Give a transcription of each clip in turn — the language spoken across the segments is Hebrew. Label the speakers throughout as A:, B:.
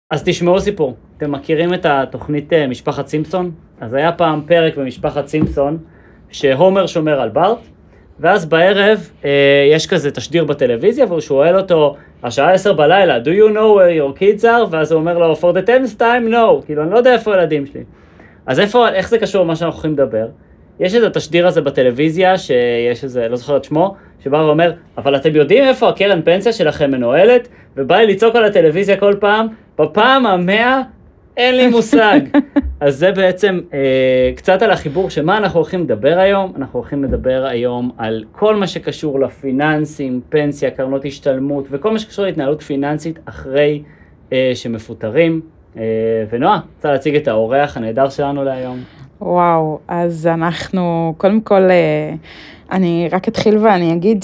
A: אז תשמעו סיפור, אתם מכירים את התוכנית משפחת סימפסון? אז היה פעם פרק במשפחת סימפסון שהומר שומר על בארט, ואז בערב יש כזה תשדיר בטלוויזיה והוא שואל אותו, השעה 10 בלילה, do you know where your kids are? ואז הוא אומר לו, for the 10th time, no, כאילו אני לא יודע איפה הילדים שלי. אז איך זה קשור למה שאנחנו הולכים לדבר? יש את התשדיר הזה בטלוויזיה, שיש איזה, לא זוכר את שמו, שבא ואומר, אבל אתם יודעים איפה הקרן פנסיה שלכם מנוהלת? ובא לי לצעוק על הטלוויזיה כל פעם, בפעם ה-100 אין לי מושג. אז זה בעצם קצת על החיבור שמה אנחנו הולכים לדבר היום. אנחנו הולכים לדבר היום על כל מה שקשור לפיננסים, פנסיה, קרנות השתלמות, וכל מה שקשור להתנהלות פיננסית אחרי שמפוטרים. ונועה, רוצה להציג את האורח הנהדר שלנו להיום.
B: וואו, אז אנחנו, קודם כל, אני רק אתחיל ואני אגיד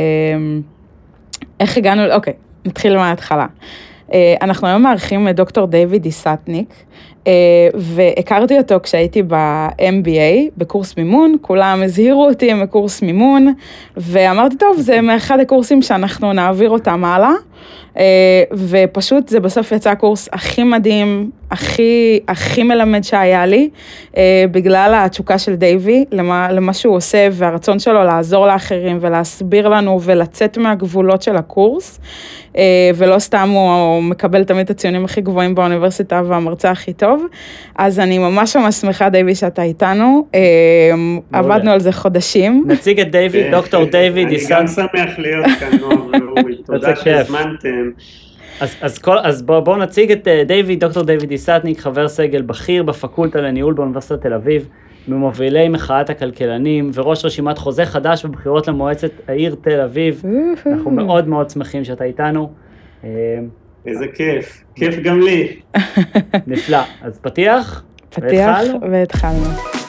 B: איך הגענו, אוקיי, נתחיל מההתחלה. אנחנו היום מארחים את דוקטור דיוויד דיסטניק, והכרתי אותו כשהייתי ב-MBA, בקורס מימון, כולם הזהירו אותי מקורס מימון, ואמרתי, טוב, זה מאחד הקורסים שאנחנו נעביר אותם הלאה, ופשוט זה בסוף יצא הקורס הכי מדהים, הכי מלמד שהיה לי, בגלל התשוקה של דייבי, למה שהוא עושה, והרצון שלו לעזור לאחרים, ולהסביר לנו, ולצאת מהגבולות של הקורס, ולא סתם הוא מקבל תמיד את הציונים הכי גבוהים באוניברסיטה, והמרצה הכי טוב, אז אני ממש שמחה, דייבי, שאתה איתנו, עבדנו על זה חודשים.
A: נציג את דייבי, דוקטור דייוויד דיסטניק.
C: אני גם שמח להיות כאן, תודה שהזמנתם.
A: אז בואו נציג את דוקטור דיוויד דיסטניק, חבר סגל בכיר בפקולטה לניהול באוניברסיטת תל אביב, ממובילי מחאת הכלכלנים, וראש רשימת חוזה חדש בבחירות למועצת העיר תל אביב. אנחנו מאוד מאוד שמחים שאתה איתנו.
C: איזה כיף, כיף גם לי.
A: נפלא, אז פתיח
B: והתחלנו.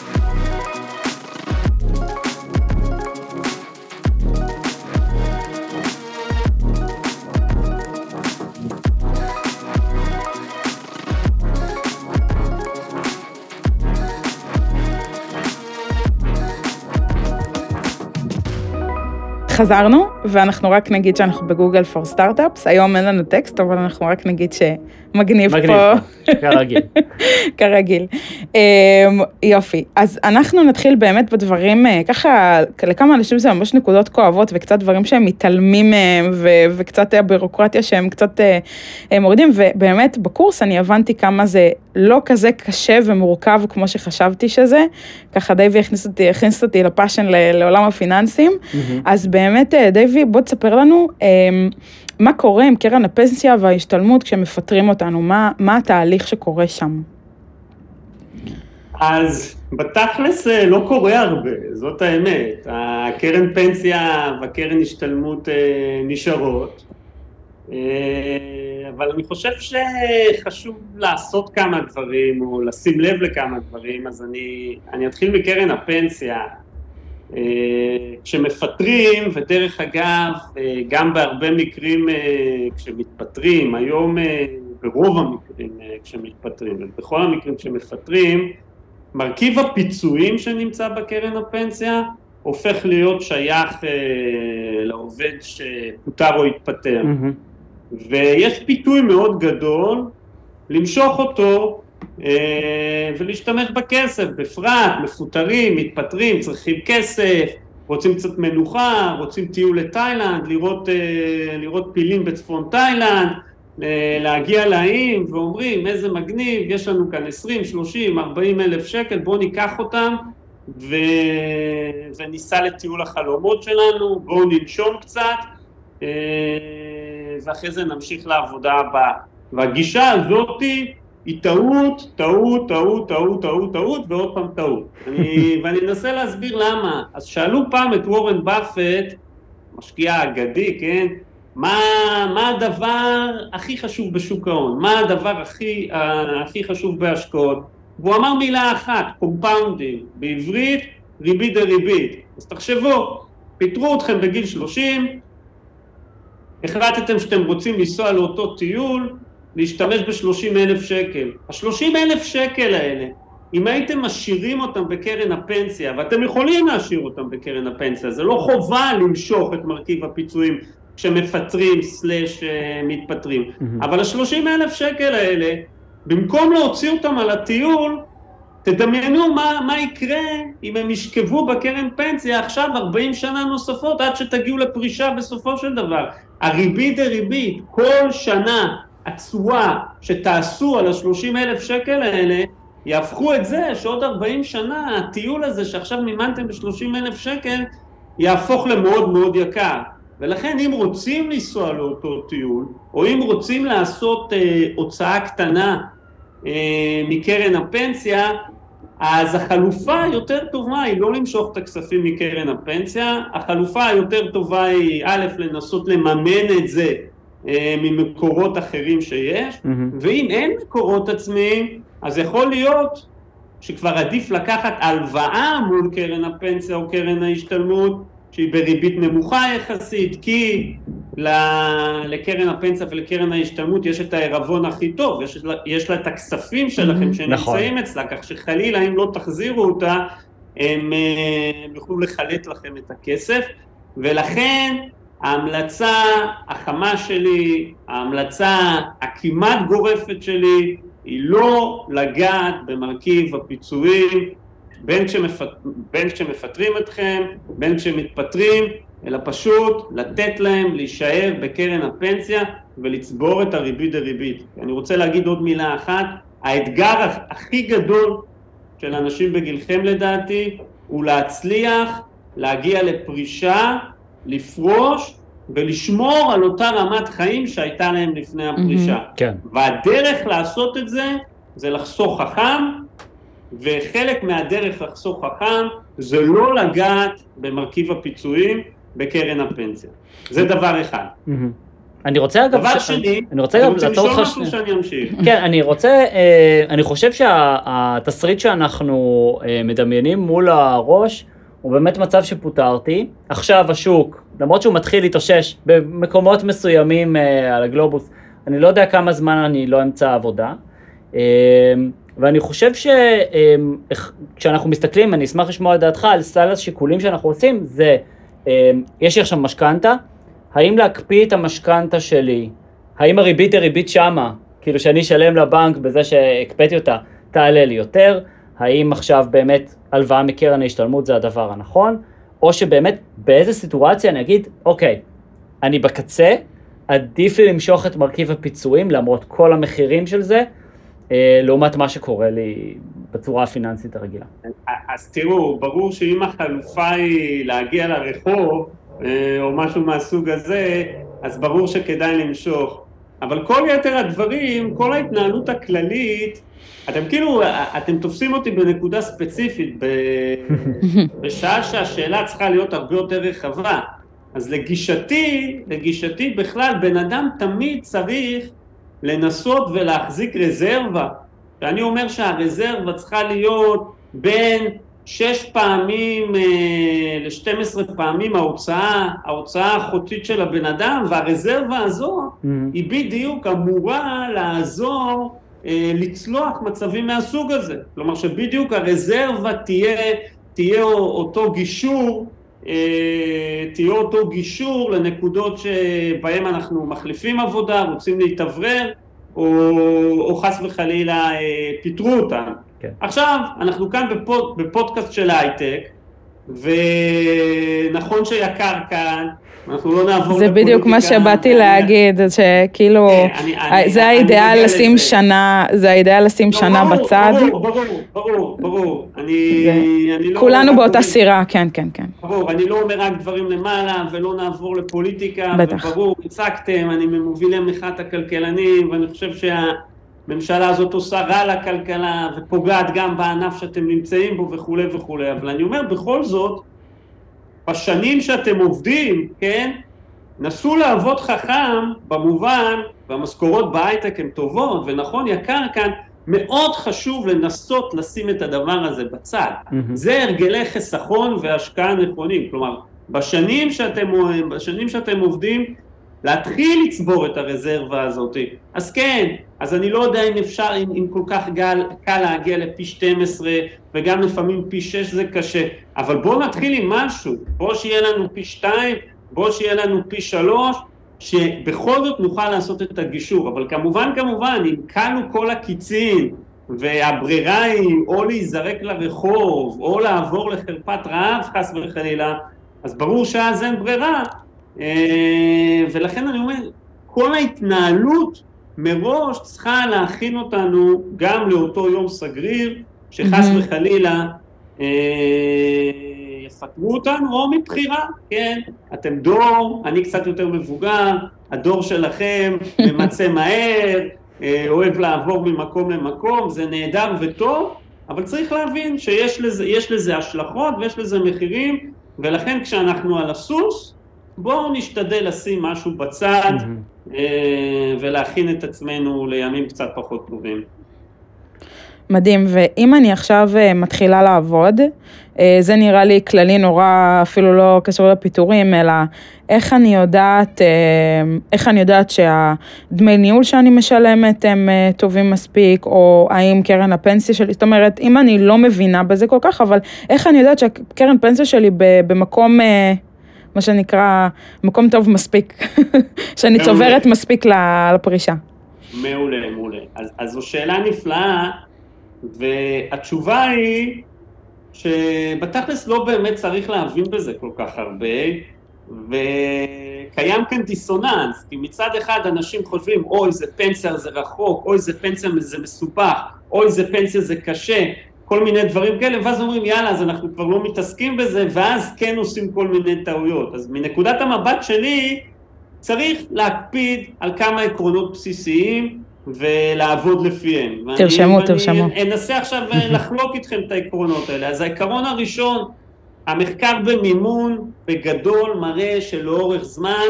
B: חזרנו, ואנחנו רק נגיד שאנחנו בגוגל פור סטארט-אפס, היום אין לנו טקסט, אבל אנחנו רק נגיד שמגניב פה.
A: כרגיל.
B: כרגיל. יופי, אז אנחנו נתחיל באמת בדברים, ככה, לכמה אנשים זה ממש נקודות כואבות, וקצת דברים שהם מתעלמים מהם, וקצת הבירוקרטיה שהם קצת מורידים, ובאמת בקורס אני הבנתי כמה זה לא כזה קשה ומורכב כמו שחשבתי שזה, ככה דייבי הכניס אותי לפאשן לעולם הפיננסים, אז באמת דייבי בוא תספר לנו מה קורה עם קרן הפנסיה וההשתלמות כשמפטרים אותנו, מה התהליך שקורה שם?
C: אז בתכלס לא קורה הרבה, זאת האמת, הקרן פנסיה והקרן השתלמות נשארות, אבל אני חושב שחשוב לעשות כמה דברים, או לשים לב לכמה דברים, אז אני אתחיל מקרן הפנסיה. כשמפטרים, ודרך אגב, גם בהרבה מקרים כשמתפטרים, היום ברוב המקרים כשמתפטרים, ובכל המקרים כשמפטרים, מרכיב הפיצויים שנמצא בקרן הפנסיה, הופך להיות שייך לעובד שפוטר או התפטר. ויש פיתוי מאוד גדול למשוך אותו ולהשתמש בכסף, בפרט, מפוטרים, מתפטרים, צריכים כסף, רוצים קצת מנוחה, רוצים טיול לתאילנד, לראות פילים בצפון תאילנד, להגיע להאים ואומרים איזה מגניב, יש לנו כאן 20, 30, 40 אלף שקל, בואו ניקח אותם וניסע לטיול החלומות שלנו, בואו ננשום קצת ואחרי זה נמשיך לעבודה הבאה. והגישה הזאת היא טעות, ועוד פעם טעות. ואני אנסה להסביר למה. אז שאלו פעם את וורן באפט, משקיע אגדי, כן? מה הדבר הכי חשוב בשוק ההון? מה הדבר הכי חשוב בהשקעות? והוא אמר מילה אחת, קומפאונדינג, בעברית, ריבית דריבית. אז תחשבו, פיטרו אתכם בגיל 30, החלטתם שאתם רוצים לנסוע לאותו טיול, להשתמש ב-30,000 שקל. ה-30,000 שקל האלה, אם הייתם משאירים אותם בקרן הפנסיה, ואתם יכולים להשאיר אותם בקרן הפנסיה, זה לא חובה למשוך את מרכיב הפיצויים כשמפטרים סלש מתפטרים. אבל ה-30,000 שקל האלה, במקום להוציא אותם על הטיול, תדמיינו מה יקרה אם הם ישכבו בקרן פנסיה עכשיו 40 שנה נוספות עד שתגיעו לפרישה בסופו של דבר. הריבית דריבית, כל שנה התשואה שתעשו על ה-30,000 שקל האלה, יהפכו את זה שעוד 40 שנה הטיול הזה שעכשיו מימנתם ב-30,000 שקל, יהפוך למאוד מאוד יקר. ולכן אם רוצים לנסוע לאותו טיול, או אם רוצים לעשות הוצאה קטנה מקרן הפנסיה, אז החלופה היותר טובה היא לא למשוך את הכספים מקרן הפנסיה, החלופה היותר טובה היא א', לנסות לממן את זה ממקורות אחרים שיש, ואם אין מקורות עצמיים, אז יכול להיות שכבר עדיף לקחת הלוואה מול קרן הפנסיה או קרן ההשתלמות, שהיא בריבית נמוכה יחסית, כי לקרן הפנסיה ולקרן ההשתלמות יש את הערבון הכי טוב, יש לה את הכספים שלכם שנמצאים אצלה, כך שחלילה אם לא תחזירו אותה, הם יוכלו לחלט לכם את הכסף, ולכן ההמלצה החמה שלי, ההמלצה הכמעט גורפת שלי, היא לא לגעת במרכיב הפיצויים, בין כשמפטרים אתכם, בין כשמתפטרים, אלא פשוט לתת להם להישאר בקרן הפנסיה ולצבור את הריבית דריבית. אני רוצה להגיד עוד מילה אחת, האתגר הכי גדול של אנשים בגילכם לדעתי, הוא להצליח להגיע לפרישה, לפרוש ולשמור על אותה רמת חיים שהייתה להם לפני הפרישה.
A: כן.
C: והדרך לעשות את זה, זה לחסוך חכם, וחלק מהדרך לחסוך חכם זה לא לגעת במרכיב הפיצויים בקרן הפנסיה. זה דבר אחד.
A: אני רוצה אגב...
C: דבר שני,
A: אני רוצה
C: לשאול משהו שאני אמשיך.
A: כן, אני חושב שהתסריט שאנחנו מדמיינים מול הראש, הוא באמת מצב שפוטרתי. עכשיו השוק, למרות שהוא מתחיל להתאושש במקומות מסוימים על הגלובוס, אני לא יודע כמה זמן אני לא אמצא עבודה. ואני חושב שכשאנחנו מסתכלים, אני אשמח לשמוע את דעתך על סל השיקולים שאנחנו עושים, זה, יש לי עכשיו משכנתה, האם להקפיא את המשכנתה שלי, האם הריבית הריבית שמה, כאילו שאני אשלם לבנק בזה שהקפאתי אותה, תעלה לי יותר, האם עכשיו באמת הלוואה מקרן ההשתלמות זה הדבר הנכון, או שבאמת באיזה סיטואציה אני אגיד, אוקיי, אני בקצה, עדיף לי למשוך את מרכיב הפיצויים, למרות כל המחירים של זה, לעומת מה שקורה לי בצורה הפיננסית הרגילה.
C: אז תראו, ברור שאם החלופה היא להגיע לרחוב, או משהו מהסוג הזה, אז ברור שכדאי למשוך. אבל כל יתר הדברים, כל ההתנהלות הכללית, אתם תופסים אותי בנקודה ספציפית, בשעה שהשאלה צריכה להיות הרבה יותר רחבה. אז לגישתי בכלל, בן אדם תמיד צריך לנסות ולהחזיק רזרבה. ואני אומר שהרזרבה צריכה להיות בין 6 פעמים ל-12 פעמים ההוצאה החודשית של הבן אדם, והרזרבה הזו היא בדיוק אמורה לעזור לצלוח מצבים מהסוג הזה. כלומר שבדיוק הרזרבה תהיה אותו גישור לנקודות שבהם אנחנו מחליפים עבודה, רוצים להתאוורר, או חס וחלילה פיטרו אותם.
A: כן.
C: עכשיו, אנחנו כאן בפודקאסט של הייטק, ונכון שיקר כאן, אנחנו לא נעבור לפוליטיקה.
B: זה בדיוק מה שבאתי להגיד, שכאילו, זה האידאל לשים שנה, זה האידאל לשים שנה בצד.
C: ברור.
B: כולנו באותה סירה, כן.
C: ברור, אני לא אומר רק דברים למעלה, ולא נעבור לפוליטיקה, וברור, הצגתם, אני ממובילי מחאת הכלכלנים, ואני חושב שהממשלה הזאת עושה רע לכלכלה, ופוגעת גם בענף שאתם נמצאים בו וכו' וכו', אבל אני אומר, בכל זאת, בשנים שאתם עובדים, כן, נסו לעבוד חכם במובן, והמשכורות בהייטק הן טובות, ונכון, יקר כאן, מאוד חשוב לנסות לשים את הדבר הזה בצד. זה הרגלי חיסכון והשקעה נכונים. כלומר, בשנים שאתם עובדים, להתחיל לצבור את הרזרבה הזאת. אז כן, אז אני לא יודע אם אפשר, אם כל כך קל להגיע לפי 12, וגם לפעמים פי 6 זה קשה, אבל בואו נתחיל עם משהו, בואו שיהיה לנו פי 2, בוא שיהיה לנו פי 3, שבכל זאת נוכל לעשות את הגישור, אבל כמובן, אם קלו כל הקיצין, והברירה היא או להיזרק לרחוב, או לעבור לחרפת רעב, חס וחלילה, אז ברור שאז אין ברירה, ולכן אני אומר, כל ההתנהלות מראש צריכה להכין אותנו גם לאותו יום סגריר, שחס וחלילה יפטרו אותנו, או מבחירה, כן? אתם דור, אני קצת יותר מבוגר, הדור שלכם ממצא מהר, אוהב לעבור ממקום למקום, זה נהדר וטוב, אבל צריך להבין שיש לזה השלכות ויש לזה מחירים, ולכן כשאנחנו על הסוס, בואו נשתדל לשים משהו בצד, ולהכין את עצמנו לימים קצת פחות טובים.
B: מדהים, ואם אני עכשיו מתחילה לעבוד, זה נראה לי כללי נורא, אפילו לא קשור לפיטורים, אלא איך אני יודעת שהדמי ניהול שאני משלמת הם טובים מספיק, או האם קרן הפנסיה שלי, זאת אומרת, אם אני לא מבינה בזה כל כך, אבל איך אני יודעת שהקרן פנסיה שלי במקום, מה שנקרא, מקום טוב מספיק, שאני צוברת מספיק לפרישה.
C: מעולה. אז זו שאלה נפלאה, והתשובה היא שבתכלס לא באמת צריך להבין בזה כל כך הרבה, וקיים כאן דיסוננס, כי מצד אחד אנשים חושבים, אוי זה פנסיה זה רחוק, אוי זה פנסיה זה מסובך, אוי זה פנסיה זה קשה, כל מיני דברים כאלה, ואז אומרים יאללה, אז אנחנו כבר לא מתעסקים בזה, ואז כן עושים כל מיני טעויות. אז מנקודת המבט שלי, צריך להקפיד על כמה עקרונות בסיסיים, ולעבוד לפיהם.
B: תרשמו.
C: ואני אנסה עכשיו לחלוק איתכם את העקרונות האלה. אז העקרון הראשון, המחקר במימון בגדול מראה שלאורך זמן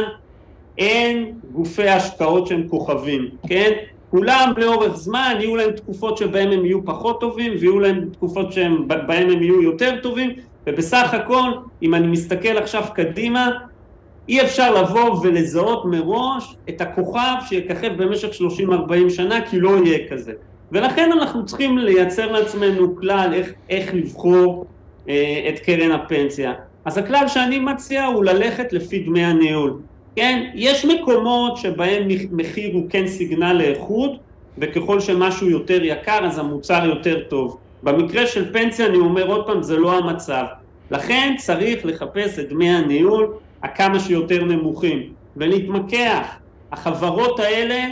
C: אין גופי השקעות שהם כוכבים, כן? כולם לאורך זמן יהיו להם תקופות שבהם הם יהיו פחות טובים, ויהיו להם תקופות שבהם הם יהיו יותר טובים, ובסך הכל, אם אני מסתכל עכשיו קדימה, אי אפשר לבוא ולזהות מראש את הכוכב שיככב במשך 30-40 שנה, כי לא יהיה כזה. ולכן אנחנו צריכים לייצר לעצמנו כלל איך לבחור את קרן הפנסיה. אז הכלל שאני מציע הוא ללכת לפי דמי הניהול. כן, יש מקומות שבהם מחיר הוא כן סיגנל לאיכות, וככל שמשהו יותר יקר אז המוצר יותר טוב. במקרה של פנסיה אני אומר עוד פעם, זה לא המצב. לכן צריך לחפש את דמי הניהול הכמה שיותר נמוכים, ולהתמקח. החברות האלה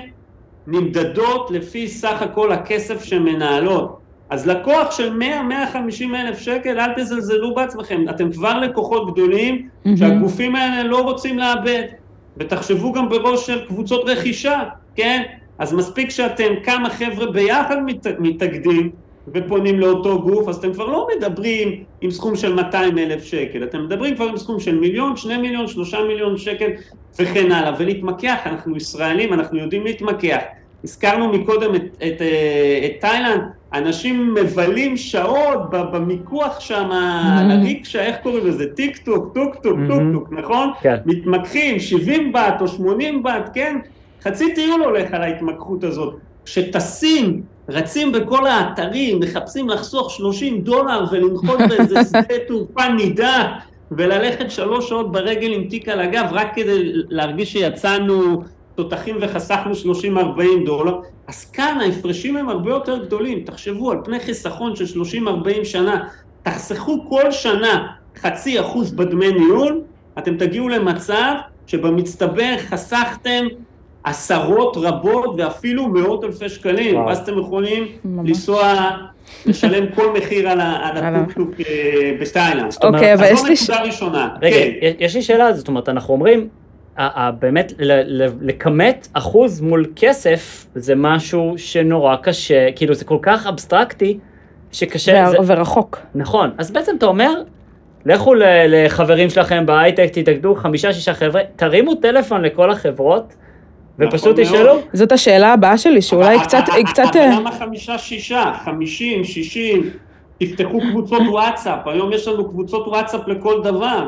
C: נמדדות לפי סך הכל הכסף שמנהלות. אז לקוח של 100-150 אלף שקל, אל תזלזלו בעצמכם, אתם כבר לקוחות גדולים שהגופים האלה לא רוצים לאבד, ותחשבו גם בראש של קבוצות רכישה, כן? אז מספיק שאתם כמה חבר'ה ביחד מתאגדים, ופונים לאותו גוף, אז אתם כבר לא מדברים עם סכום של 200 אלף שקל, אתם מדברים כבר עם סכום של 1 מיליון, 2 מיליון, 3 מיליון שקל וכן הלאה, ולהתמקח, אנחנו ישראלים, אנחנו יודעים להתמקח. הזכרנו מקודם את תאילנד, אנשים מבלים שעות במיקוח שם, על הריקשה, איך קוראים לזה? טיק טוק, נכון? מתמקחים 70 בת או 80 בת, כן? חצי טיול הולך על ההתמקחות הזאת, שטסים, רצים בכל האתרים, מחפשים לחסוך $30 ולנחול באיזה שדה תעופה נידח, וללכת 3 שעות ברגל עם תיק על הגב, רק כדי להרגיש שיצאנו תותחים וחסכנו $30-40. אז כאן ההפרשים הם הרבה יותר גדולים, תחשבו על פני חיסכון של 30-40 שנה, תחסכו כל שנה 0.5% בדמי ניהול, אתם תגיעו למצב שבמצטבר חסכתם עשרות רבות ואפילו מאות אלפי שקלים, ואז אתם יכולים לנסוע, לשלם כל מחיר על הטוק-טוק בתאילנד.
B: אוקיי, אבל יש לי...
C: זו נקודה ראשונה.
A: רגע, יש לי שאלה, זאת אומרת, אנחנו אומרים, באמת, לכמת אחוז מול כסף, זה משהו שנורא קשה, כאילו זה כל כך אבסטרקטי, שקשה...
B: ורחוק.
A: נכון, אז בעצם אתה אומר, לכו לחברים שלכם בהייטק, תתאגדו 5-6 חבר'ה, תרימו טלפון לכל החברות, ופשוט תשאלו.
B: זאת השאלה הבאה שלי, שאולי קצת...
C: אבל למה 5-6, 50, 60, תפתחו קבוצות וואטסאפ, היום יש לנו קבוצות וואטסאפ לכל דבר,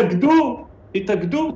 C: תתאגדו.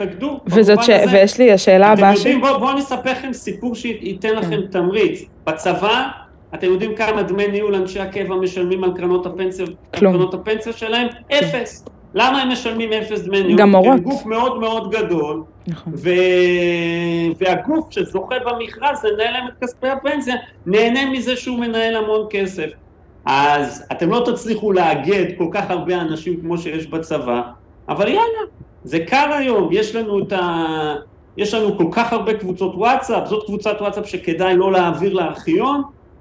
B: ויש לי השאלה הבאה שלי.
C: בואו נספר לכם סיפור שייתן לכם תמריץ. בצבא, אתם יודעים כמה דמי ניהול אנשי הקבע משלמים על קרנות הפנסיה שלהם? 0. למה הם משלמים אפס דמי ניהול?
B: גם מורות.
C: הם גוף מאוד מאוד גדול,
B: נכון.
C: והגוף שזוכה במכרז לנהל להם את כספי הפנסיה, נהנה מזה שהוא מנהל המון כסף. אז אתם לא תצליחו לאגד כל כך הרבה אנשים כמו שיש בצבא, אבל יאללה, זה קר היום, יש לנו כל כך הרבה קבוצות וואטסאפ, זאת קבוצת וואטסאפ שכדאי לא להעביר לארכיון,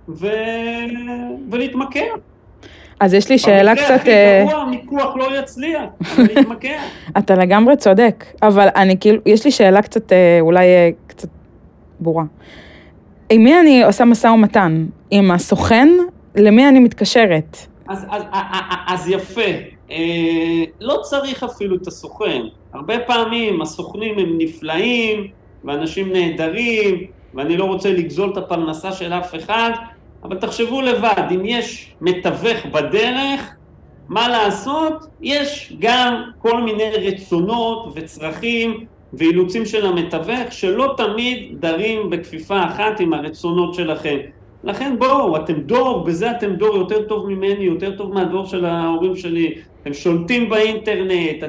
C: ולהתמקר.
B: אז יש לי שאלה קצת...
C: במקרה הכי גרוע, המיקוח לא יצליח, אבל להתמקר.
B: אתה לגמרי צודק, אבל אני כאילו, יש לי שאלה קצת, אולי קצת ברורה. עם מי אני עושה משא ומתן? עם הסוכן? למי אני מתקשרת?
C: אז יפה. לא צריך אפילו את הסוכן. הרבה פעמים הסוכנים הם נפלאים, ואנשים נהדרים, ואני לא רוצה לגזול את הפרנסה של אף אחד, אבל תחשבו לבד, אם יש מתווך בדרך, מה לעשות? יש גם כל מיני רצונות וצרכים ואילוצים של המתווך, שלא תמיד דרים בכפיפה אחת עם הרצונות שלכם. לכן בואו, אתם דור, בזה אתם דור יותר טוב ממני, יותר טוב מהדור של ההורים שלי. אתם שולטים באינטרנט,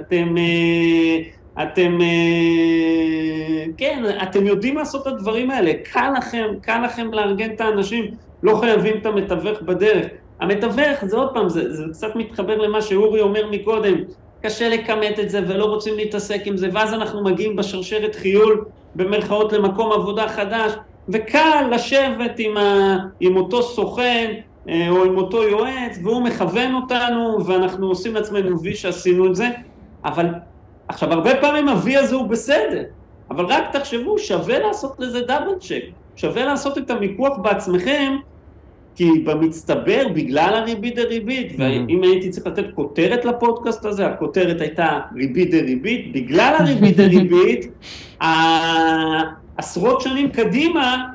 C: אתם יודעים לעשות את הדברים האלה. קל לכם לארגן את האנשים, לא חייבים את המתווך בדרך. המתווך, זה עוד פעם, זה קצת מתחבר למה שאורי אומר מקודם, קשה לקמת את זה ולא רוצים להתעסק עם זה, ואז אנחנו מגיעים בשרשרת חיול, במרכאות למקום עבודה חדש, וקל לשבת עם אותו סוכן, או עם אותו יועץ, והוא מכוון אותנו, ואנחנו עושים לעצמנו וי שעשינו את זה, אבל עכשיו הרבה פעמים הוי הזה הוא בסדר, אבל רק תחשבו, שווה לעשות לזה דאבל צ'ק, שווה לעשות את המיקוח בעצמכם, כי במצטבר, בגלל הריבית דריבית, ואם הייתי צריך לתת כותרת לפודקאסט הזה, הכותרת הייתה ריבית דריבית, בגלל הריבית דריבית, עשרות שנים קדימה,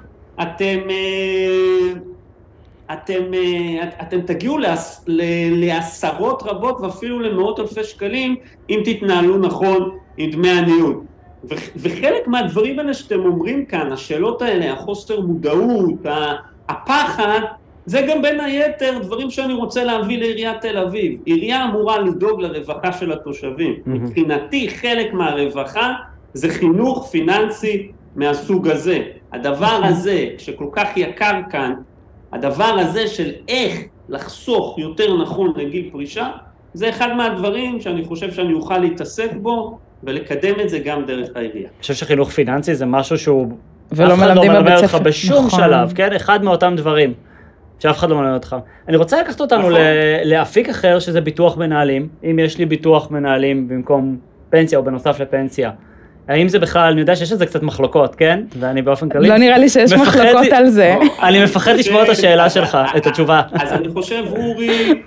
C: אתם תגיעו לעשרות רבות ואפילו למאות אלפי שקלים, אם תתנהלו נכון עם דמי הניהול. וחלק מהדברים האלה שאתם אומרים כאן, השאלות האלה, החוסר מודעות, הפחד, זה גם בין היתר דברים שאני רוצה להביא לעיריית תל אביב. עירייה אמורה לדאוג לרווחה של התושבים. מבחינתי חלק מהרווחה זה חינוך פיננסי מהסוג הזה. הדבר הזה שכל כך יקר כאן, הדבר הזה של איך לחסוך יותר נכון לגיל פרישה, זה אחד מהדברים שאני חושב שאני אוכל להתעסק בו ולקדם את זה גם דרך העירייה.
A: אני חושב שחינוך פיננסי זה משהו שהוא
B: ולא
A: אף אחד לא מלמד אותך
B: ספר.
A: בשום
B: נכון.
A: שלב, כן? אחד מאותם דברים שאף אחד לא מלמד אותך. אני רוצה לקחת אותנו
C: נכון.
A: לאפיק אחר שזה ביטוח מנהלים. אם יש לי ביטוח מנהלים במקום פנסיה או בנוסף לפנסיה, האם זה בכלל, אני יודע שיש לזה קצת מחלוקות, כן? ואני באופן כללי...
B: לא נראה לי שיש מחלוקות על זה.
A: אני מפחד לשמוע את השאלה שלך, את התשובה.
C: אז אני חושב, אורי,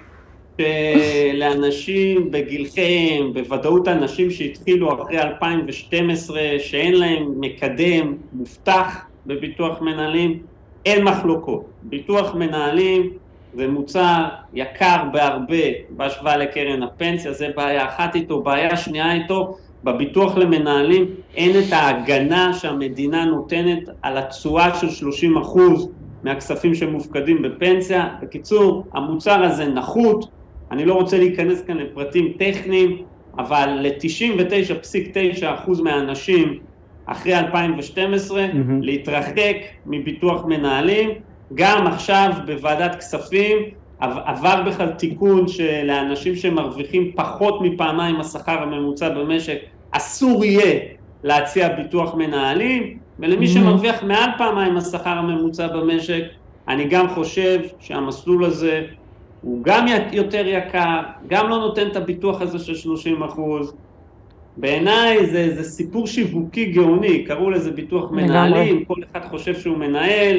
C: שלאנשים בגילכם, בוודאות אנשים שהתחילו אחרי 2012, שאין להם מקדם מובטח בביטוח מנהלים, אין מחלוקות. ביטוח מנהלים זה מוצר יקר בהרבה בהשוואה לקרן הפנסיה, זה בעיה אחת איתו, בעיה שנייה איתו, בביטוח למנהלים אין את ההגנה שהמדינה נותנת על התשואה של 30% מהכספים שמופקדים בפנסיה. בקיצור, המוצר הזה נחות, אני לא רוצה להיכנס כאן לפרטים טכניים, אבל ל-99.9% מהאנשים אחרי 2012 להתרחק מביטוח מנהלים. גם עכשיו בוועדת כספים עבר בכלל תיקון שלאנשים שמרוויחים פחות מפעמיים השכר הממוצע במשק אסור יהיה להציע ביטוח מנהלים, ולמי שמרוויח מעל פעמיים השכר הממוצע במשק, אני גם חושב שהמסלול הזה הוא גם יותר יקר, גם לא נותן את הביטוח הזה של 30%. בעיניי זה סיפור שיווקי גאוני, קראו לזה ביטוח מנהלים, כל אחד חושב שהוא מנהל,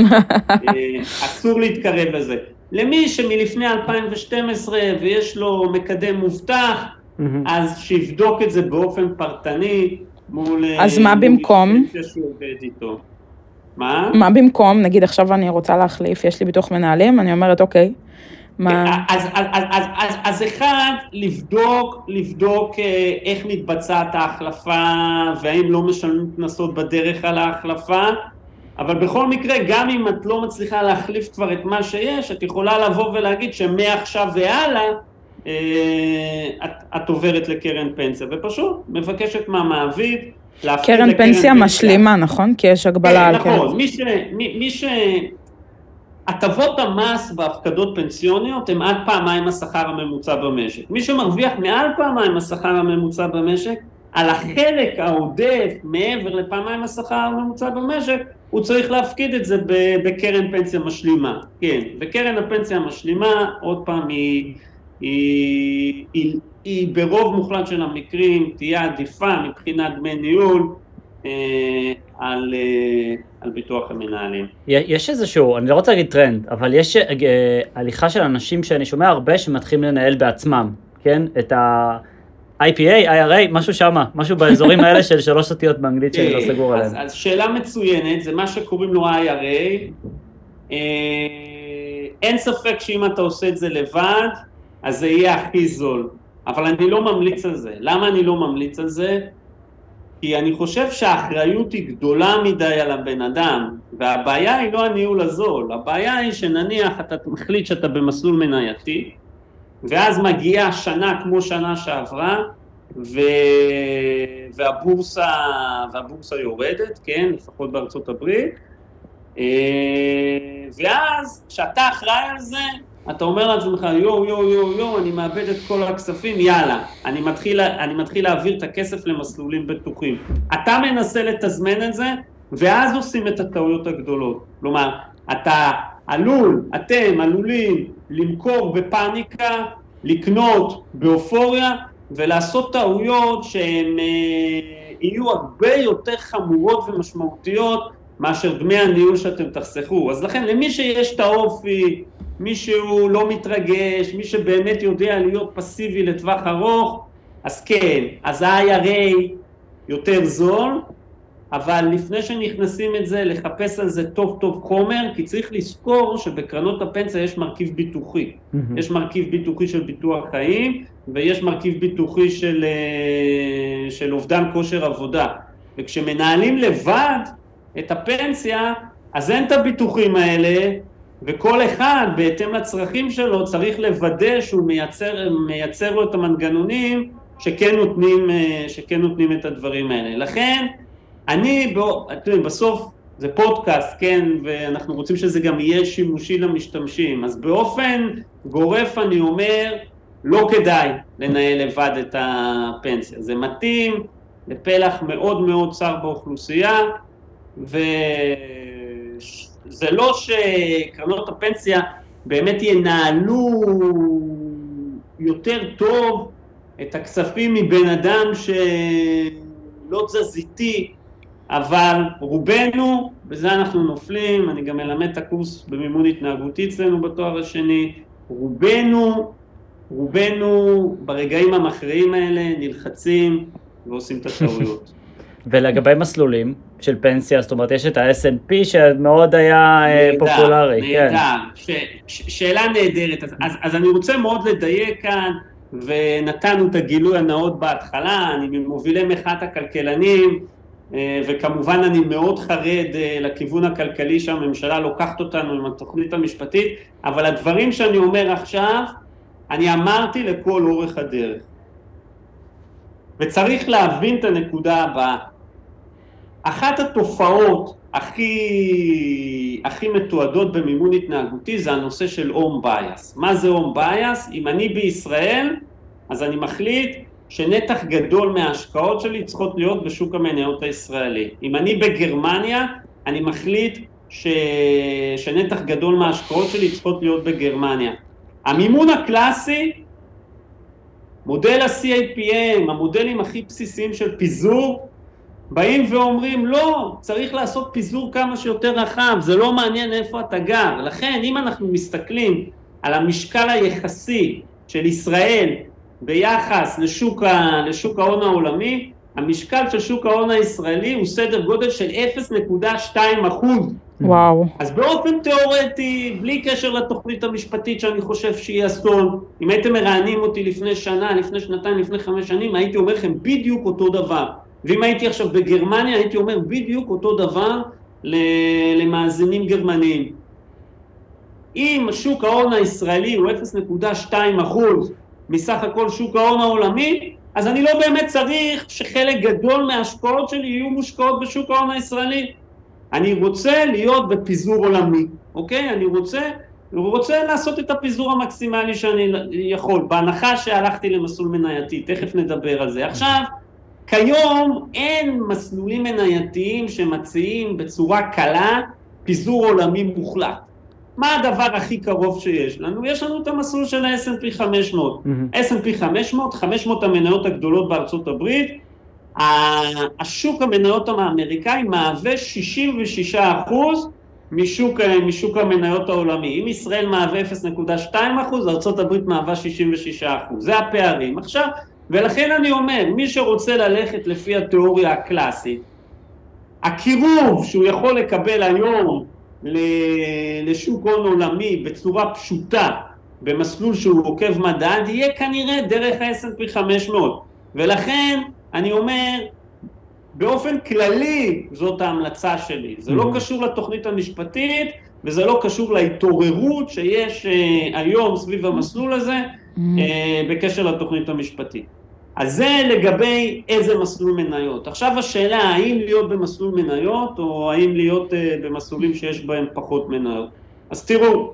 C: אסור להתקרב לזה. למי שמלפני 2012 ויש לו מקדם מובטח, אז שיבדוק את זה באופן פרטני מול...
B: אז מה במקום? מה במקום? נגיד עכשיו אני רוצה להחליף, יש לי ביטוח מנהלים, אני אומרת אוקיי.
C: אז אחד, לבדוק איך מתבצעת ההחלפה, והאם לא משלמים קנסות בדרך על ההחלפה, אבל בכל מקרה, גם אם את לא מצליחה להחליף כבר את מה שיש, את יכולה לבוא ולהגיד שמעכשיו והלאה, את עוברת לקרן פנסיה, ופשוט מבקשת מהמעביד להפקיד
B: קרן פנסיה משלימה, נכון? כי יש הגבלה על קרן.
C: נכון, הטבות המס בהפקדות פנסיוניות הם עד פעמיים השכר הממוצע במשק. מי שמרוויח מעל פעמיים השכר הממוצע במשק, על החלק העודף מעבר לפעמיים השכר הממוצע במשק, הוא צריך להפקיד את זה בקרן פנסיה משלימה. כן, וקרן הפנסיה המשלימה, עוד פעם, היא ברוב מוחלט של המקרים תהיה עדיפה מבחינת דמי ניהול על ביטוח המנהלים.
A: יש איזשהו, אני לא רוצה להגיד טרנד, אבל יש הליכה של אנשים שאני שומע הרבה שמתחילים לנהל בעצמם, כן? את ה-IPA, IRA, משהו שמה, משהו באזורים האלה של 3 אותיות באנגלית שאני לא סגור עליהם.
C: אז שאלה מצוינת, זה מה שקוראים לו IRA. אין ספק שאם אתה עושה את זה לבד, אז זה יהיה הכי זול. אבל אני לא ממליץ על זה. למה אני לא ממליץ על זה? כי אני חושב שהאחריות היא גדולה מדי על הבן אדם, והבעיה היא לא הניהול הזול, הבעיה היא שנניח אתה מחליט שאתה במסלול מנייתי, ואז מגיעה שנה כמו שנה שעברה, והבורסה יורדת, כן, לפחות בארצות הברית, ואז כשאתה אחראי על זה, אתה אומר לעצמך, יו, אני מאבד את כל הכספים, יאללה, אני מתחיל להעביר את הכסף למסלולים בטוחים. אתה מנסה לתזמן את זה, ואז עושים את הטעויות הגדולות. כלומר, אתם עלולים למכור בפאניקה, לקנות באופוריה, ולעשות טעויות שהן יהיו הרבה יותר חמורות ומשמעותיות, מאשר דמי הניהול שאתם תחסכו. אז לכן, למי שיש את האופי, מי שהוא לא מתרגש, מי שבאמת יודע להיות פסיבי לטווח ארוך, אז כן, אז ה-IRA יותר זול, אבל לפני שנכנסים את זה, לחפש על זה טוב חומר, כי צריך לזכור שבקרנות הפנסיה יש מרכיב ביטוחי. יש מרכיב ביטוחי של ביטוח חיים, ויש מרכיב ביטוחי של אובדן כושר עבודה. וכשמנהלים לבד את הפנסיה, אז אין את הביטוחים האלה, וכל אחד בהתאם לצרכים שלו צריך לוודא שהוא מייצר לו את המנגנונים שכן נותנים את הדברים האלה. לכן, בסוף זה פודקאסט, כן, ואנחנו רוצים שזה גם יהיה שימושי למשתמשים, אז באופן גורף אני אומר, לא כדאי לנהל לבד את הפנסיה. זה מתאים לפלח מאוד מאוד צר באוכלוסייה, זה לא שקרנות הפנסיה באמת ינהלו יותר טוב את הכספים מבן אדם שלא תזזיתי, אבל רובנו, בזה אנחנו נופלים, אני גם מלמד את הקורס במימון התנהגותי אצלנו בתואר השני, רובנו ברגעים המכריעים האלה נלחצים ועושים את הטעויות.
A: ולגבי מסלולים של פנסיה, זאת אומרת, יש את ה-S&P שמאוד היה פופולרי.
C: נהדר, שאלה נהדרת. אז אני רוצה מאוד לדייק כאן, ונתנו את הגילוי הנאות בהתחלה, אני ממובילי מחאת הכלכלנים, וכמובן אני מאוד חרד לכיוון הכלכלי שהממשלה לוקחת אותנו עם התוכנית המשפטית, אבל הדברים שאני אומר עכשיו, אני אמרתי לכל אורך הדרך. וצריך להבין את הנקודה הבאה. אחת התופעות הכי מתועדות במימון התנהגותי זה הנושא של home bias. מה זה home bias? אם אני בישראל, אז אני מחליט שנתח גדול מההשקעות שלי צריכות להיות בשוק המניות הישראלי. אם אני בגרמניה, אני מחליט שנתח גדול מההשקעות שלי צריכות להיות בגרמניה. המימון הקלאסי, מודל ה-CAPM, המודלים הכי בסיסיים של פיזור, באים ואומרים, לא, צריך לעשות פיזור כמה שיותר רחב, זה לא מעניין איפה אתה גר. לכן, אם אנחנו מסתכלים על המשקל היחסי של ישראל ביחס לשוק ההון העולמי, המשקל של שוק ההון הישראלי הוא סדר גודל של 0.2%.
B: וואו.
C: אז באופן תיאורטי, בלי קשר לתוכנית המשפטית שאני חושב שהיא אסון, אם הייתם מרענים אותי לפני שנה, לפני שנתיים, לפני 5 שנים, הייתי אומר לכם בדיוק אותו דבר. ואם הייתי עכשיו בגרמניה, הייתי אומר בדיוק אותו דבר למאזינים גרמניים. אם שוק ההון הישראלי הוא 0.2%, מסך הכל שוק ההון העולמי, אז אני לא באמת צריך שחלק גדול מההשקעות שלי יהיו מושקעות בשוק ההון הישראלי. אני רוצה להיות בפיזור עולמי, אוקיי? אני רוצה לעשות את הפיזור המקסימלי שאני יכול, בהנחה שהלכתי למסלול מנייתי, תכף נדבר על זה. עכשיו, כיום אין מסלולים מנייתיים שמציעים בצורה קלה פיזור עולמי מוחלט. מה הדבר הכי קרוב שיש לנו? יש לנו את המסלול של ה-S&P 500. S&P 500, 500 המניות הגדולות בארצות הברית, השוק המניות האמריקאי מהווה 66% משוק המניות העולמי. אם ישראל מהווה 0.2%, ארצות הברית מהווה 66%. זה הפערים. עכשיו, ולכן אני אומר, מי שרוצה ללכת לפי התיאוריה הקלאסית, הקירוב שהוא יכול לקבל היום לשוק הון עולמי בצורה פשוטה, במסלול שהוא עוקב מדד, יהיה כנראה דרך ה-S&P 500. ולכן אני אומר, באופן כללי זאת ההמלצה שלי. זה לא קשור לתוכנית המשפטית, וזה לא קשור להתעוררות שיש היום סביב המסלול הזה, בקשר לתוכנית המשפטית. אז זה לגבי איזה מסלול מניות. עכשיו השאלה, האם להיות במסלול מניות, או האם להיות במסלולים שיש בהם פחות מניות. אז תראו,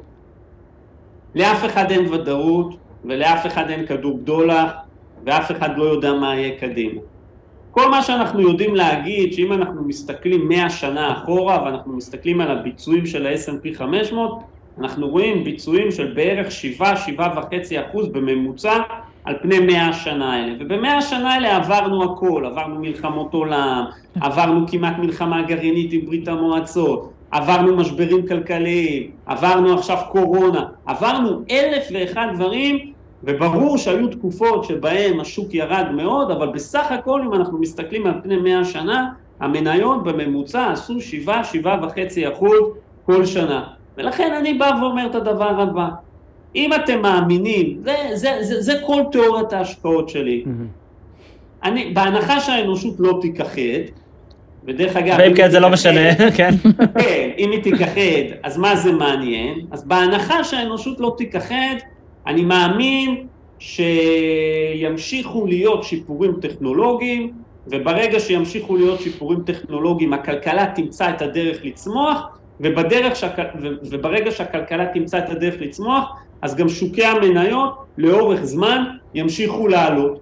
C: לאף אחד אין ודאות, ולאף אחד אין כדור בדולח, ואף אחד לא יודע מה יהיה קדימה. כל מה שאנחנו יודעים להגיד, שאם אנחנו מסתכלים 100 שנה אחורה, ואנחנו מסתכלים על הביצועים של ה-S&P 500, אנחנו רואים ביצועים של בערך 7.5% בממוצע, על פני 100 שנה האלה. וב100 שנה האלה עברנו הכל, עברנו מלחמות עולם, עברנו כמעט מלחמה גרעינית עם ברית המועצות, עברנו משברים כלכליים, עברנו עכשיו קורונה, עברנו 1001 דברים, וברור שהיו תקופות שבהן השוק ירד מאוד, אבל בסך הכל אם אנחנו מסתכלים על פני 100 שנה, המניות בממוצע עשו 7.5% כל ולכן אני בא ואומר את הדבר הבא, אם אתם מאמינים, זה כל תיאוריית ההשקעות שלי. בהנחה שהאנושות לא תיכחד, ודרך אגב...
A: ואם כן זה לא משנה, כן.
C: כן, אם היא תיכחד, אז מה זה מעניין? אז בהנחה שהאנושות לא תיכחד, אני מאמין שימשיכו להיות שיפורים טכנולוגיים, וברגע שימשיכו להיות שיפורים טכנולוגיים, הכלכלה תמצא את הדרך לצמוח, וברגע שהכלכלה תמצא את הדרך לצמוח, אז גם שוקי המניות לאורך זמן ימשיכו לעלות.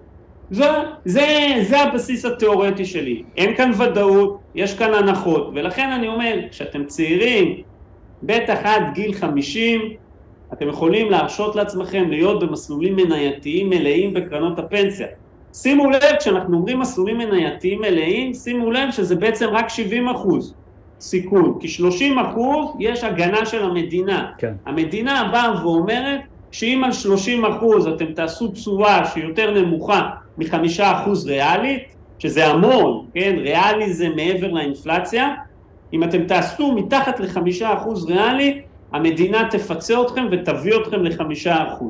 C: זה הבסיס התיאורטי שלי. אין כאן ודאות, יש כאן הנחות, ולכן אני אומר, כשאתם צעירים, בטח עד גיל 50, אתם יכולים להרשות לעצמכם להיות במסלולים מנייתיים מלאים בקרנות הפנסיה. שימו לב, כשאנחנו אומרים מסלולים מנייתיים מלאים, שימו לב שזה בעצם רק 70% סיכון, כי 30% יש הגנה של המדינה. כן. המדינה באה ואומרת שאם על 30% אתם תעשו תשואה שהיא יותר נמוכה מ5% ריאלית, שזה המון, כן? ריאלי זה מעבר לאינפלציה, אם אתם תעשו מתחת ל5% ריאלי, המדינה תפצה אתכם ותביא אתכם ל5%.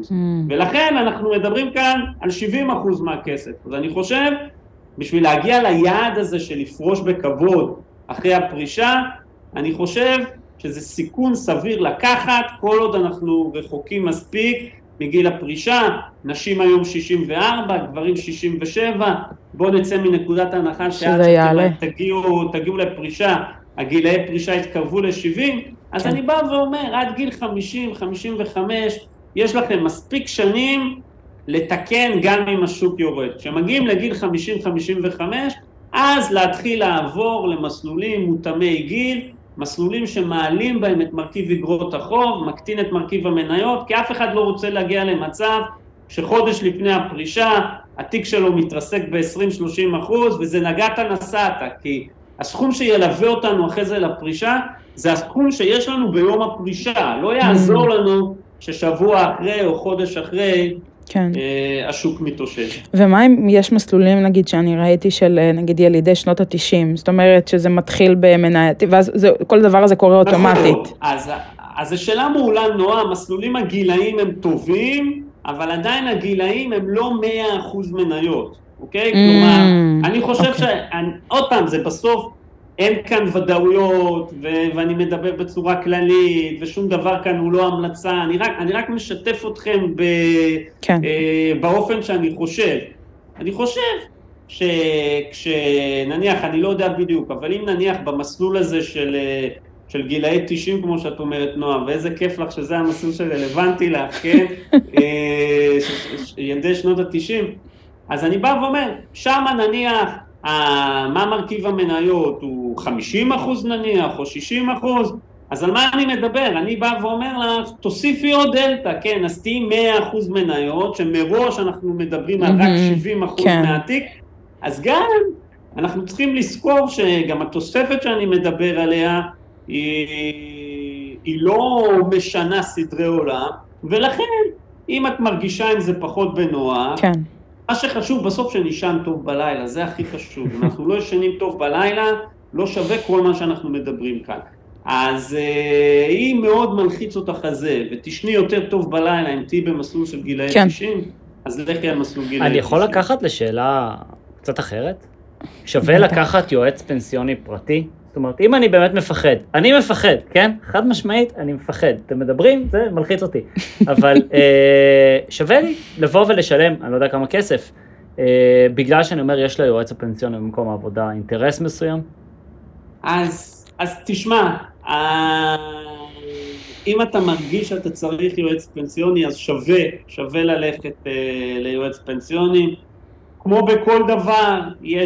C: ולכן אנחנו מדברים כאן על 70% מהכסף. אז אני חושב, בשביל להגיע ליעד הזה של לפרוש בכבוד אחרי הפרישה, אני חושב שזה סיכון סביר לקחת, כל עוד אנחנו רחוקים מספיק מגיל הפרישה, נשים היום 64, גברים 67, בואו נצא מנקודת ההנחה שעד שאתם תגיעו לפרישה, הגילאי פרישה יתקרבו ל-70, אז כן. אני בא ואומר, עד גיל 50, 55, יש לכם מספיק שנים לתקן גם אם השוק יורד. כשמגיעים לגיל 50-55, אז להתחיל לעבור למסלולים מותאמי גיל, מסלולים שמעלים בהם את מרכיב אגרות החוב, מקטין את מרכיב המניות, כי אף אחד לא רוצה להגיע למצב שחודש לפני הפרישה, התיק שלו מתרסק ב-20-30%, וזה נגעת נסעת, כי הסכום שילווה אותנו אחרי זה לפרישה, זה הסכום שיש לנו ביום הפרישה, לא יעזור לנו ששבוע אחרי או חודש אחרי, כן. השוק מתאושש.
B: ומה אם יש מסלולים, נגיד, שאני ראיתי של, נגיד, ילידי שנות ה-90, זאת אומרת שזה מתחיל במנייתי, ואז כל דבר הזה קורה אוטומטית.
C: אז השאלה מעולה נועה, המסלולים הגילאים הם טובים, אבל עדיין הגילאים הם לא 100% מניות, אוקיי? כלומר, אני חושב עוד פעם, זה בסוף אין כאן ודאויות, ואני מדבר בצורה כללית, ושום דבר כאן הוא לא המלצה, אני רק משתף אתכם
B: כן.
C: באופן שאני חושב. אני חושב שכשנניח, אני לא יודע בדיוק, אבל אם נניח במסלול הזה של גילאי 90, כמו שאת אומרת, נועה, ואיזה כיף לך שזה המסלול שרלוונטי לך, כן? ילדי שנות ה-90, אז אני בא ואומר, שמה נניח, מה מרכיב המניות הוא 50% נניח, או 60%, אז על מה אני מדבר? אני בא ואומר לך, תוסיפי עוד דלטה, כן, אז תהי 100% מניות, שמראש אנחנו מדברים על רק 70% מהתיק, אז גם אנחנו צריכים לזכור שגם התוספת שאני מדבר עליה, היא לא משנה סדרי עולם, ולכן אם את מרגישה עם זה פחות בנוח,
B: כן.
C: מה שחשוב בסוף שנישן טוב בלילה, זה הכי חשוב. אנחנו לא ישנים טוב בלילה, לא שווה כל מה שאנחנו מדברים כאן. אז היא מאוד מלחיץ אותך הזה, ותשני יותר טוב בלילה, אם תהי במסלול של גילאי 90, אז לכי על מסלול גילאי 90.
A: אני יכול לקחת לשאלה קצת אחרת? שווה לקחת יועץ פנסיוני פרטי? זאת אומרת, אם אני באמת מפחד, אני מפחד, כן? חד משמעית, אני מפחד. אתם מדברים, זה מלחיץ אותי. אבל שווה לי לבוא ולשלם, אני לא יודע כמה כסף, בגלל שאני אומר, יש ליועץ הפנסיוני במקום העבודה אינטרס מסוים?
C: אז תשמע, אם אתה מרגיש שאתה צריך יועץ פנסיוני, אז שווה ללכת ליועץ פנסיוני. כמו בכל דבר,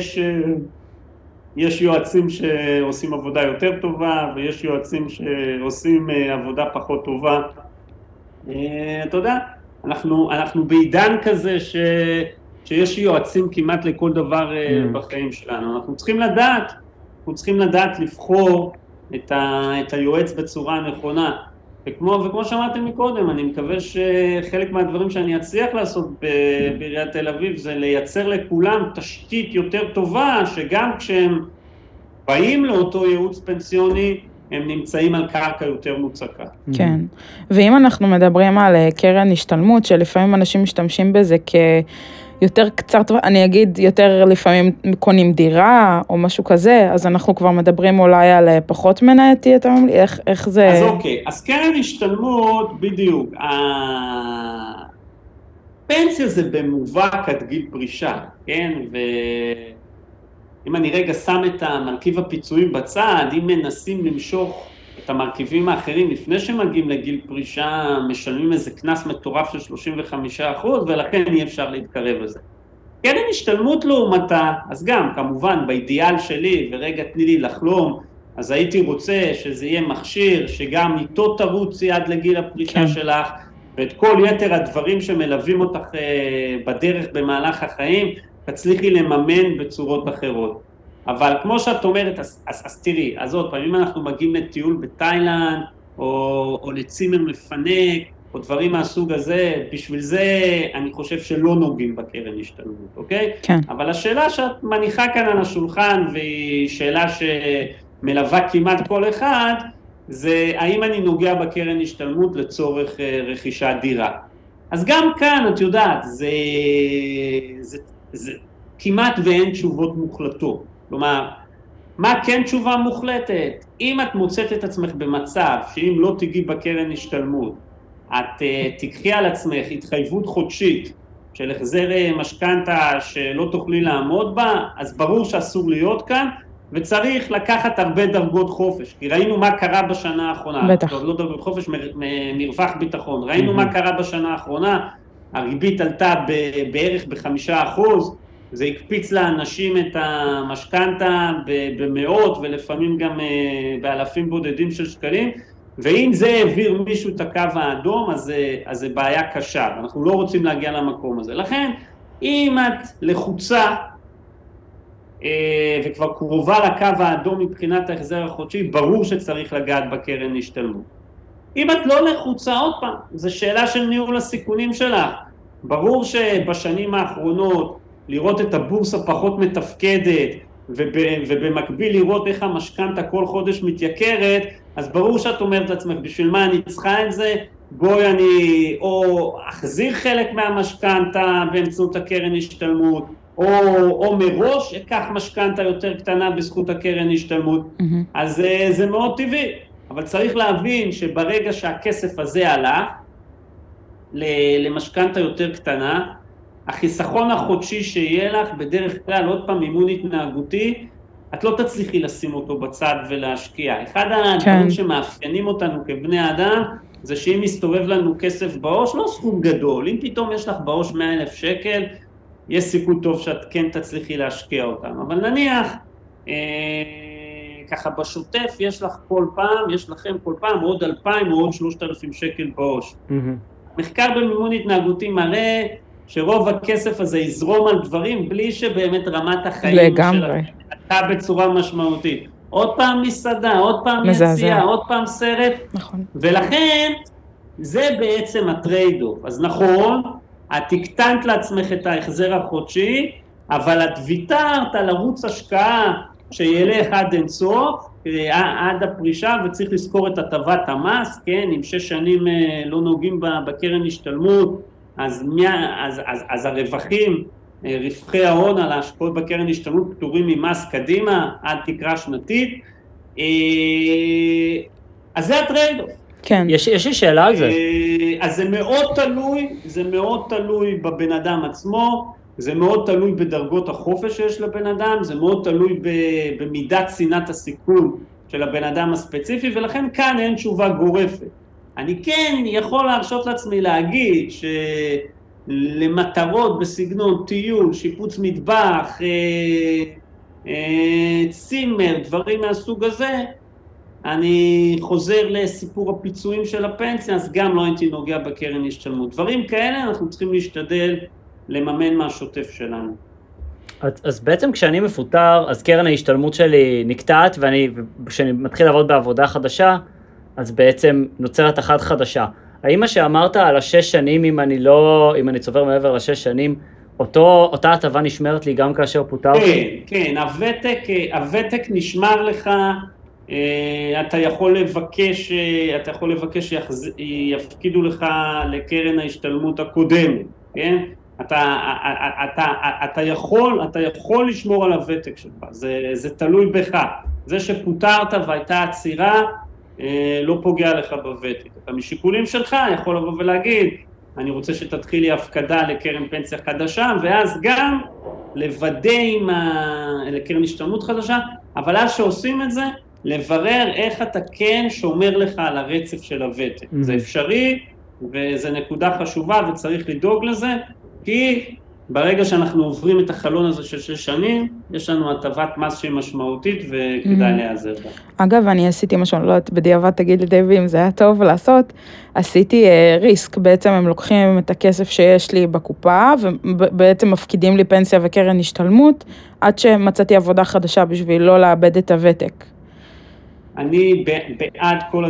C: יש יועצים שעושים עבודה יותר טובה, ויש יועצים שעושים עבודה פחות טובה. אתה יודע, אנחנו בעידן כזה שיש יועצים כמעט לכל דבר בחיים שלנו. אנחנו צריכים לדעת לבחור את היועץ בצורה הנכונה. וכמו שאמרתם מקודם, אני מקווה שחלק מהדברים שאני אצליח לעשות בעיריית תל אביב, זה לייצר לכולם תשתית יותר טובה, שגם כשהם באים לאותו ייעוץ פנסיוני, הם נמצאים על קרקע יותר מוצקה.
B: כן, ואם אנחנו מדברים על קרן השתלמות, שלפעמים אנשים משתמשים בזה יותר קצר, אני אגיד יותר לפעמים קונים דירה או משהו כזה, אז אנחנו כבר מדברים אולי על פחות מנייתי, אתה אומר לי, איך זה...
C: אז אוקיי, אז קרן השתלמות, בדיוק, פנסיה זה במובהק עד גיל פרישה, כן? ואם אני רגע שם את המרכיב הפיצויים בצד, אם מנסים למשוך את המרכיבים האחרים לפני שמגיעים לגיל פרישה, משלמים איזה כנס מטורף של 35%, ולכן אי אפשר להתקרב לזה. קרן השתלמות לעומתה, אז גם כמובן באידיאל שלי, ורגע תני לי לחלום, אז הייתי רוצה שזה יהיה מכשיר שגם איתו תרוצי עד לגיל הפרישה שלך, ואת כל יתר הדברים שמלווים אותך בדרך במהלך החיים, תצליחי לממן בצורות אחרות. אבל כמו שאת אומרת, אז תראי, אז עוד פעם, אם אנחנו מגיעים לטיול בתאילנד, או לצימר מפנק, או דברים מהסוג הזה, בשביל זה אני חושב שלא נוגעים בקרן השתלמות, אוקיי?
B: כן.
C: אבל השאלה שאת מניחה כאן על השולחן, והיא שאלה שמלווה כמעט כל אחד, זה האם אני נוגע בקרן השתלמות לצורך רכישת דירה. אז גם כאן, את יודעת, זה כמעט ואין תשובות מוחלטות. כלומר, מה כן תשובה מוחלטת? אם את מוצאת את עצמך במצב שאם לא תגיעי בקרן השתלמות, את תקחי על עצמך התחייבות חודשית של החזר משכנתה שלא תוכלי לעמוד בה, אז ברור שאסור להיות כאן, וצריך לקחת הרבה דרגות חופש, כי ראינו מה קרה בשנה האחרונה.
B: בטח.
C: לא דרגות חופש, מרווח ביטחון. ראינו מה קרה בשנה האחרונה, הריבית עלתה בערך ב5%, זה הקפיץ לאנשים את המשכנתה במאות ולפעמים גם באלפים בודדים של שקלים, ואם זה העביר מישהו את הקו האדום, אז זה בעיה קשה, אנחנו לא רוצים להגיע למקום הזה. לכן, אם את לחוצה וכבר קרובה לקו האדום מבחינת ההחזר החודשי, ברור שצריך לגעת בקרן השתלמות. אם את לא לחוצה, עוד פעם, זו שאלה של ניהול הסיכונים שלך. ברור שבשנים האחרונות, לראות את הבורסה פחות מתפקדת, ובמקביל לראות איך המשכנתה כל חודש מתייקרת, אז ברור שאת אומרת לעצמך, בשביל מה אני צריכה את זה? בואי אני או אחזיר חלק מהמשכנתה באמצעות הקרן השתלמות, או מראש אקח משכנתה יותר קטנה בזכות הקרן השתלמות, אז זה מאוד טבעי, אבל צריך להבין שברגע שהכסף הזה עלה למשכנתה יותר קטנה, החיסכון החודשי שיהיה לך בדרך כלל, עוד פעם אימון התנהגותי, את לא תצליחי לשים אותו בצד ולהשקיע. אחד הדברים שמאפיינים אותנו כבני אדם, זה שאם מסתובב לנו כסף בעו"ש, לא סכום גדול, אם פתאום יש לך בעו"ש 100,000 שקל, יש סיכוי טוב שאת כן תצליחי להשקיע אותם. אבל נניח, ככה בשוטף יש לך כל פעם, יש לכם כל פעם עוד 2,000 או עוד 3,000 שקל בעו"ש. מחקר במימון התנהגותי מראה שרוב הכסף הזה יזרום על דברים בלי שבאמת רמת החיים שלכם עלתה בצורה משמעותית. עוד פעם מסעדה, עוד פעם יציאה, עוד פעם סרט.
B: נכון.
C: ולכן זה בעצם הטרייד-אוף. אז נכון, את הקטנת לעצמך את ההחזר החודשי, אבל את ויתרת על ערוץ השקעה שילך עד אינסוף, עד הפרישה, וצריך לזכור את הטבת המס, כן, אם 6 שנים לא נוגעים בקרן השתלמות, אז הרווחים, רווחי ההון על ההשקעות בקרן השתלמות פטורים ממס קדימה, עד תקרה שנתית, אז זה הטרייד-אוף.
B: כן.
A: יש לי שאלה על זה.
C: אז זה מאוד תלוי בבן אדם עצמו, זה מאוד תלוי בדרגות החופש שיש לבן אדם, זה מאוד תלוי במידת צנעת הסיכון של הבן אדם הספציפי, ולכן כאן אין תשובה גורפת. אני כן יכול להרשות לעצמי להגיד שלמטרות בסגנון טיול, שיפוץ מטבח, צימר, דברים מהסוג הזה, אני חוזר לסיפור הפיצויים של הפנסיה, אז גם לא הייתי נוגע בקרן השתלמות. דברים כאלה אנחנו צריכים להשתדל לממן מהשוטף שלנו.
A: אז בעצם כשאני מפוטר, אז קרן ההשתלמות שלי נקטעת, וכשאני מתחיל לעבוד בעבודה חדשה, אז בעצם נוצרת אחת חדשה. האם מה שאמרת על 6 שנים, אם אני צובר מעבר ל6 שנים, אותה הטבה נשמרת לי גם כאשר פוטרתי?
C: כן, הוותק נשמר לך, אתה יכול לבקש שיפקידו לך לקרן ההשתלמות הקודמת, כן? אתה יכול לשמור על הוותק שלך, זה תלוי בך. זה שפוטרת והייתה עצירה, לא פוגע לך בוותק. אתה משיקולים שלך יכול לבוא ולהגיד, אני רוצה שתתחילי הפקדה לקרן פנסיה חדשה, ואז גם לוודא לקרן השתלמות חדשה, אבל אז שעושים את זה, לברר איך אתה כן שומר לך על הרצף של הוותק. זה אפשרי, וזה נקודה חשובה, וצריך לדאוג לזה, כי ברגע שאנחנו עוברים את החלון הזה של 6 שנים, יש לנו הטבת מס שהיא משמעותית, וכדאי להיעזר בה.
B: אגב, אני עשיתי משהו, לא יודעת, בדיעבד תגיד לי דיבי אם זה היה טוב לעשות, עשיתי ריסק, בעצם הם לוקחים את הכסף שיש לי בקופה, ובעצם מפקידים לי פנסיה וקרן השתלמות, עד שמצאתי עבודה חדשה בשביל לא לאבד את הוותק.
C: אני בעד כל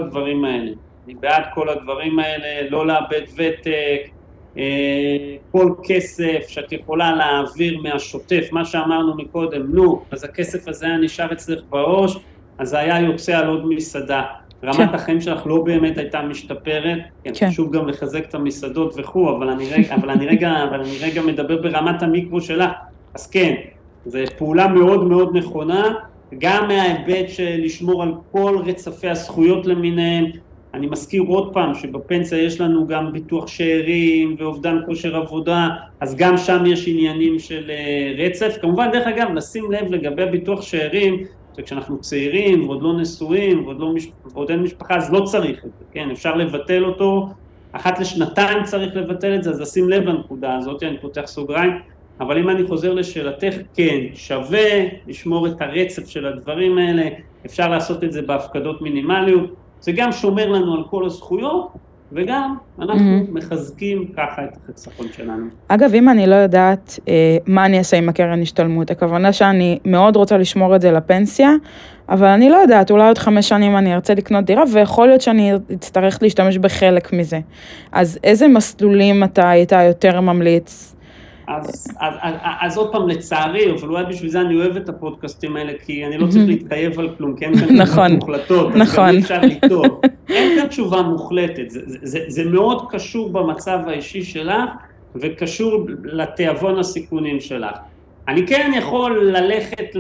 C: הדברים האלה, לא לאבד ותק, כל כסף שאת יכולה להעביר מהשוטף, מה שאמרנו מקודם, אז הכסף הזה היה נשאר אצלך בעו"ש, אז היה יוצא על עוד מסעדה. רמת החיים שלך לא באמת הייתה משתפרת, חשוב גם לחזק את המסעדות וכו', אבל אני רגע מדבר ברמת המיקרו שלה, אז כן, זו פעולה מאוד מאוד נכונה, גם מההיבט של לשמור על כל רצפי הזכויות למיניהם. אני מזכיר עוד פעם שבפנסיה יש לנו גם ביטוח שאירים ואובדן כושר עבודה, אז גם שם יש עניינים של רצף. כמובן, דרך אגב, לשים לב לגבי ביטוח שאירים, שכשאנחנו צעירים ועוד לא נשואים ועוד אין משפחה, אז לא צריך את זה, כן? אפשר לבטל אותו, 1 לשנתיים צריך לבטל את זה, אז לשים לב לנקודה הזאת, אני פותח סוגריים, אבל אם אני חוזר לשאלתך, כן, שווה לשמור את הרצף של הדברים האלה, אפשר לעשות את זה בהפקדות מינימליות, זה גם שומר לנו על כל הזכויות, וגם אנחנו מחזקים ככה את החיסכון שלנו.
B: אגב, אם אני לא יודעת מה אני אעשה עם הקרן השתלמות, הכוונה שאני מאוד רוצה לשמור את זה לפנסיה, אבל אני לא יודעת, אולי עוד 5 שנים אני ארצה לקנות דירה, ויכול להיות שאני אצטרך להשתמש בחלק מזה. אז איזה מסלולים אתה היית יותר ממליץ?
C: אז עוד פעם לצערי, אבל אולי בשביל זה אני אוהב את הפודקאסטים האלה, כי אני לא צריך להתחייב על כלום, כי אין כאן תשובות מוחלטות, אז גם אפשר לטעות. אין כאן תשובה מוחלטת, זה מאוד קשור במצב האישי שלך, וקשור לתיאבון הסיכונים שלך. אני כן יכול ללכת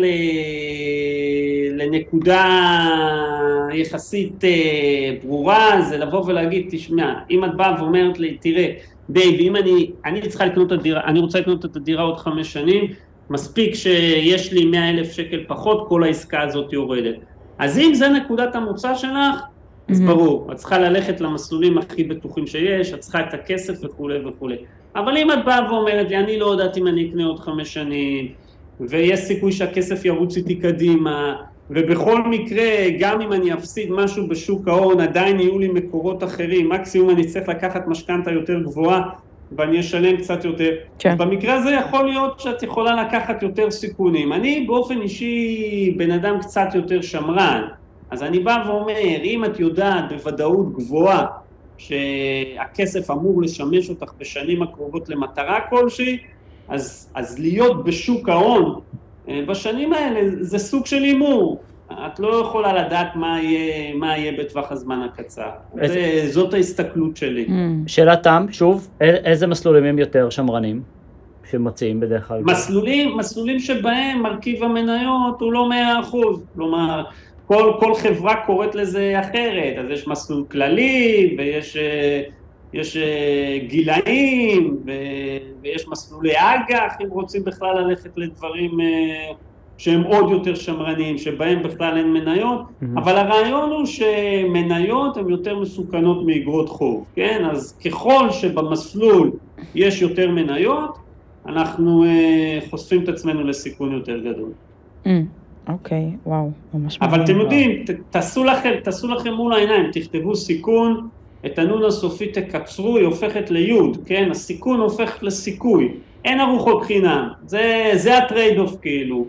C: לנקודה יחסית ברורה, זה לבוא ולהגיד, תשמע, אם את באה ואומרת לי, תראה, דייב, אם אני צריכה לקנות את הדירה, אני רוצה לקנות את הדירה עוד 5 שנים, מספיק שיש לי 100,000 שקל פחות, כל העסקה הזאת יורדת. אז אם זה נקודת המוצא שלך, אז ברור, את צריכה ללכת למסלולים הכי בטוחים שיש, את צריכה את הכסף וכו' וכו'. אבל אם את באה ואומרת לי, אני לא יודעת אם אני אקנה עוד 5 שנים, ויש סיכוי שהכסף ירוץ איתי קדימה, ובכל מקרה, גם אם אני אפסיד משהו בשוק ההון, עדיין יהיו לי מקורות אחרים, מקסימום אני צריך לקחת משכנתה יותר גבוהה, ואני אשלם קצת יותר.
B: כן.
C: במקרה הזה יכול להיות שאת יכולה לקחת יותר סיכונים. אני באופן אישי בן אדם קצת יותר שמרן, אז אני בא ואומר, אם את יודעת בוודאות גבוהה, שהכסף אמור לשמש אותך בשנים הקרובות למטרה כלשהי, אז להיות בשוק ההון בשנים האלה זה סוג של אימור. את לא יכולה לדעת מה יהיה בטווח הזמן הקצר. זאת ההסתכלות שלי.
A: שאלת תם, שוב, איזה מסלולים הם יותר שמרנים שמציעים בדרך כלל?
C: מסלולים שבהם מרכיב המניות הוא לא 100%. כלומר, כל חברה קוראת לזה אחרת. אז יש מסלול כללי ויש גילאים ויש מסלולי אג"ח, אם רוצים בכלל ללכת לדברים שהם עוד יותר שמרניים, שבהם בכלל אין מניות, אבל הרעיון הוא שמניות הן יותר מסוכנות מאגרות חוב, כן? אז ככל שבמסלול יש יותר מניות, אנחנו חושפים את עצמנו לסיכון יותר גדול.
B: אוקיי, וואו, ממש
C: אבל אתם יודעים, תעשו לכם מול העיניים, תכתבו סיכון, את הנון הסופי תקצרו, היא הופכת ליוד, כן? הסיכון הופך לסיכוי. אין ארוחות חינם, זה הטרייד אוף כאילו.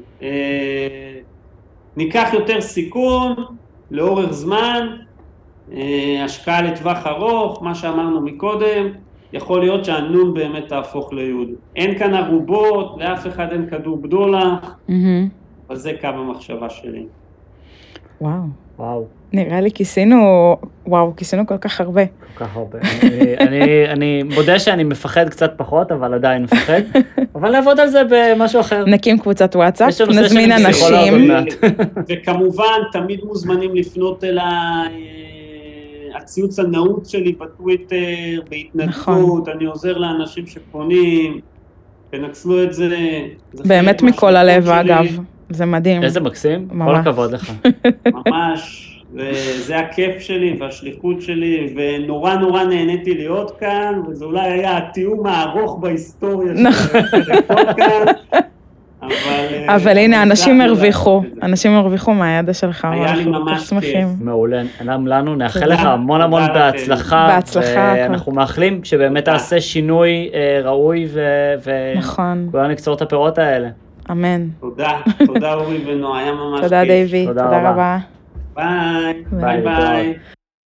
C: ניקח יותר סיכון, לאורך זמן, השקעה לטווח ארוך, מה שאמרנו מקודם, יכול להיות שהנון באמת תהפוך ליוד. אין כאן ערובות, לאף אחד אין כדור בדולח, אבל זה קו המחשבה שלי.
B: וואו. נראה לי כיסינו כל כך הרבה.
A: כל כך הרבה. אני מודה שאני מפחד קצת פחות, אבל עדיין מפחד. אבל נעבוד על זה במשהו אחר.
B: נקים קבוצת וואטסאפ, נזמין אנשים.
C: וכמובן, תמיד מוזמנים לפנות אל הציוץ הנעוץ שלי בטוויטר, בהתנדבות, אני עוזר לאנשים שפונים, תנצלו את זה.
B: באמת מכל הלב, אגב. זה מדהים.
A: איזה מקסים, כל הכבוד לך.
C: ממש, וזה הכיף שלי והשליחות שלי, ונורא נורא נהניתי להיות כאן, וזה אולי היה התיאום הארוך בהיסטוריה של הפודקאסט.
B: אבל הנה, אנשים הרוויחו מהידע שלך.
C: היה לי ממש כיף.
A: מעולה, לנו נאחל לך המון המון בהצלחה.
B: בהצלחה.
A: ואנחנו מאחלים שבאמת תעשה שינוי ראוי, וכולנו נקצור את הפירות האלה.
B: אמן.
C: תודה אורי ונועה, היה ממש כיף.
B: תודה דיווי, תודה רבה.
C: ביי.